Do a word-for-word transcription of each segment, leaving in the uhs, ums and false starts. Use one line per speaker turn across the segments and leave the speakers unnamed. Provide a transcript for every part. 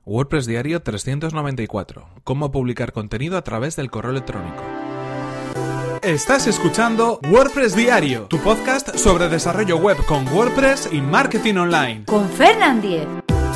WordPress Diario trescientos noventa y cuatro. Cómo publicar contenido a través del correo electrónico.
Estás escuchando WordPress Diario, tu podcast sobre desarrollo web con WordPress y marketing online.
Con Fernand Diez.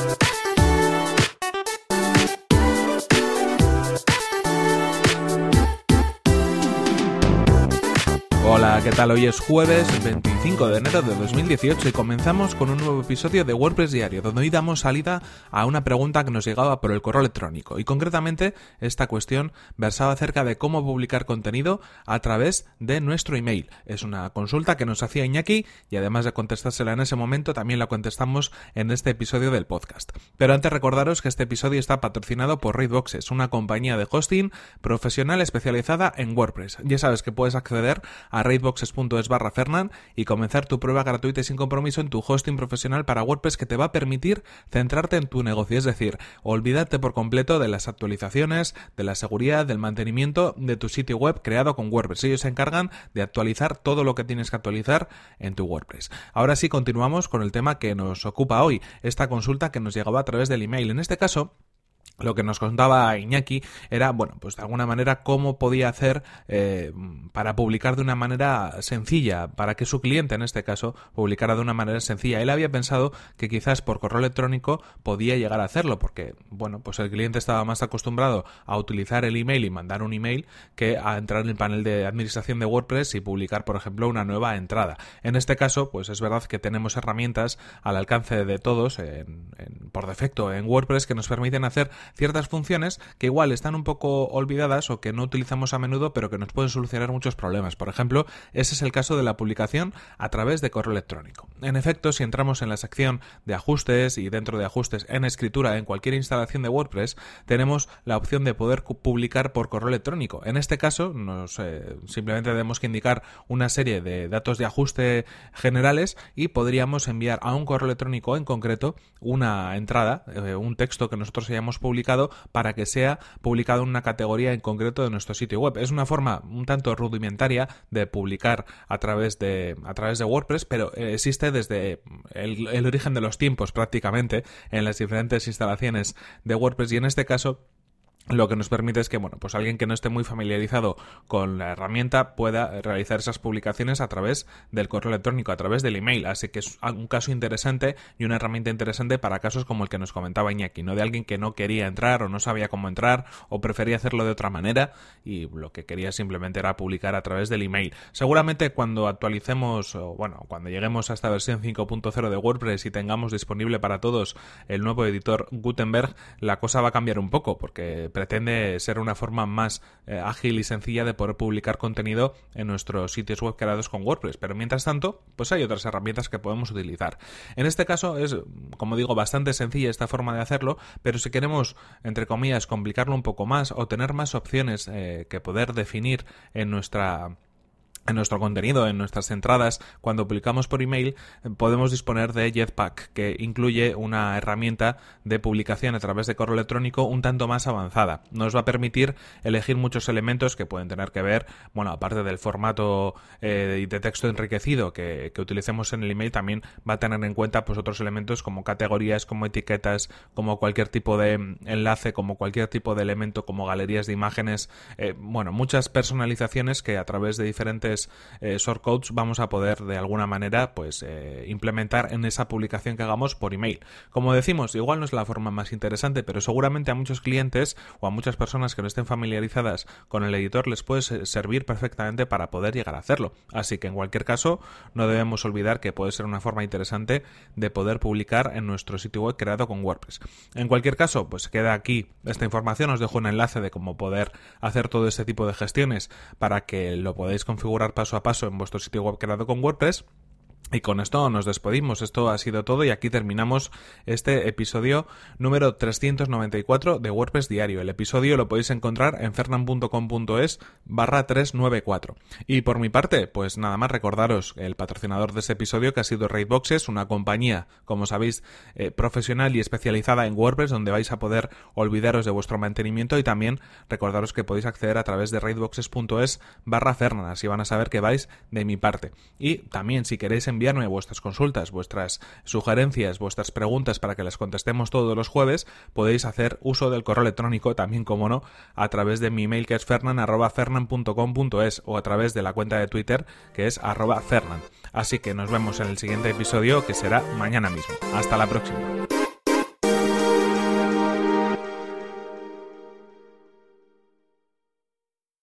Hola, ¿qué tal? Hoy es jueves veinticinco de enero de dos mil dieciocho y comenzamos con un nuevo episodio de WordPress Diario, donde hoy damos salida a una pregunta que nos llegaba por el correo electrónico. Y concretamente, esta cuestión versaba acerca de cómo publicar contenido a través de nuestro email. Es una consulta que nos hacía Iñaki y además de contestársela en ese momento, también la contestamos en este episodio del podcast. Pero antes recordaros que este episodio está patrocinado por Raidboxes, una compañía de hosting profesional especializada en WordPress. Ya sabes que puedes acceder a raidboxes.es barra Fernan y comenzar tu prueba gratuita y sin compromiso en tu hosting profesional para WordPress, que te va a permitir centrarte en tu negocio, es decir, olvídate por completo de las actualizaciones, de la seguridad, del mantenimiento de tu sitio web creado con WordPress. Ellos se encargan de actualizar todo lo que tienes que actualizar en tu WordPress. Ahora sí, continuamos con el tema que nos ocupa hoy, esta consulta que nos llegaba a través del email. En este caso, lo que nos contaba Iñaki era, bueno, pues de alguna manera cómo podía hacer eh, para publicar de una manera sencilla, para que su cliente, en este caso, publicara de una manera sencilla. Él había pensado que quizás por correo electrónico podía llegar a hacerlo, porque, bueno, pues el cliente estaba más acostumbrado a utilizar el email y mandar un email que a entrar en el panel de administración de WordPress y publicar, por ejemplo, una nueva entrada. En este caso, pues es verdad que tenemos herramientas al alcance de todos, en, en, por defecto, en WordPress, que nos permiten hacer ciertas funciones que igual están un poco olvidadas o que no utilizamos a menudo, pero que nos pueden solucionar muchos problemas. Por ejemplo, ese es el caso de la publicación a través de correo electrónico. En efecto, si entramos en la sección de ajustes y dentro de ajustes en escritura en cualquier instalación de WordPress, tenemos la opción de poder publicar por correo electrónico. En este caso, nos eh, simplemente tenemos que indicar una serie de datos de ajuste generales y podríamos enviar a un correo electrónico en concreto una entrada, eh, un texto que nosotros hayamos publicado para que sea publicado en una categoría en concreto de nuestro sitio web. Es una forma un tanto rudimentaria de publicar a través de, a través de WordPress, pero existe desde el, el origen de los tiempos prácticamente en las diferentes instalaciones de WordPress, y en este caso lo que nos permite es que, bueno, pues alguien que no esté muy familiarizado con la herramienta pueda realizar esas publicaciones a través del correo electrónico, a través del email. Así que es un caso interesante y una herramienta interesante para casos como el que nos comentaba Iñaki, ¿no? De alguien que no quería entrar o no sabía cómo entrar o prefería hacerlo de otra manera y lo que quería simplemente era publicar a través del email. Seguramente cuando actualicemos, o bueno, cuando lleguemos a esta versión cinco punto cero de WordPress y tengamos disponible para todos el nuevo editor Gutenberg, la cosa va a cambiar un poco, porque pretende ser una forma más eh, ágil y sencilla de poder publicar contenido en nuestros sitios web creados con WordPress, pero mientras tanto, pues hay otras herramientas que podemos utilizar. En este caso es, como digo, bastante sencilla esta forma de hacerlo, pero si queremos, entre comillas, complicarlo un poco más o tener más opciones eh, que poder definir en nuestra en nuestro contenido, en nuestras entradas, cuando publicamos por email, podemos disponer de Jetpack, que incluye una herramienta de publicación a través de correo electrónico un tanto más avanzada. Nos va a permitir elegir muchos elementos que pueden tener que ver, bueno, aparte del formato eh, de texto enriquecido que, que utilicemos en el email, también va a tener en cuenta pues otros elementos como categorías, como etiquetas, como cualquier tipo de enlace, como cualquier tipo de elemento, como galerías de imágenes, eh, bueno, muchas personalizaciones que a través de diferentes Eh, shortcodes vamos a poder de alguna manera pues eh, implementar en esa publicación que hagamos por email. Como decimos, igual no es la forma más interesante, pero seguramente a muchos clientes o a muchas personas que no estén familiarizadas con el editor les puede servir perfectamente para poder llegar a hacerlo. Así que en cualquier caso no debemos olvidar que puede ser una forma interesante de poder publicar en nuestro sitio web creado con WordPress. En cualquier caso, pues queda aquí esta información. Os dejo un enlace de cómo poder hacer todo este tipo de gestiones para que lo podáis configurar paso a paso en vuestro sitio web creado con WordPress. Y con esto nos despedimos. Esto ha sido todo y aquí terminamos este episodio número trescientos noventa y cuatro de WordPress Diario. El episodio lo podéis encontrar en fernan punto com punto es barra trescientos noventa y cuatro. Y por mi parte, pues nada más recordaros el patrocinador de este episodio, que ha sido Raidboxes, una compañía, como sabéis, eh, profesional y especializada en WordPress, donde vais a poder olvidaros de vuestro mantenimiento, y también recordaros que podéis acceder a través de raidboxes punto es barra Fernan, así van a saber que vais de mi parte. Y también, si queréis enviarme vuestras consultas, vuestras sugerencias, vuestras preguntas para que las contestemos todos los jueves, podéis hacer uso del correo electrónico, también como no, a través de mi email que es fernan arroba fernan punto com punto es o a través de la cuenta de Twitter que es arroba fernan. Así que nos vemos en el siguiente episodio, que será mañana mismo. Hasta la próxima.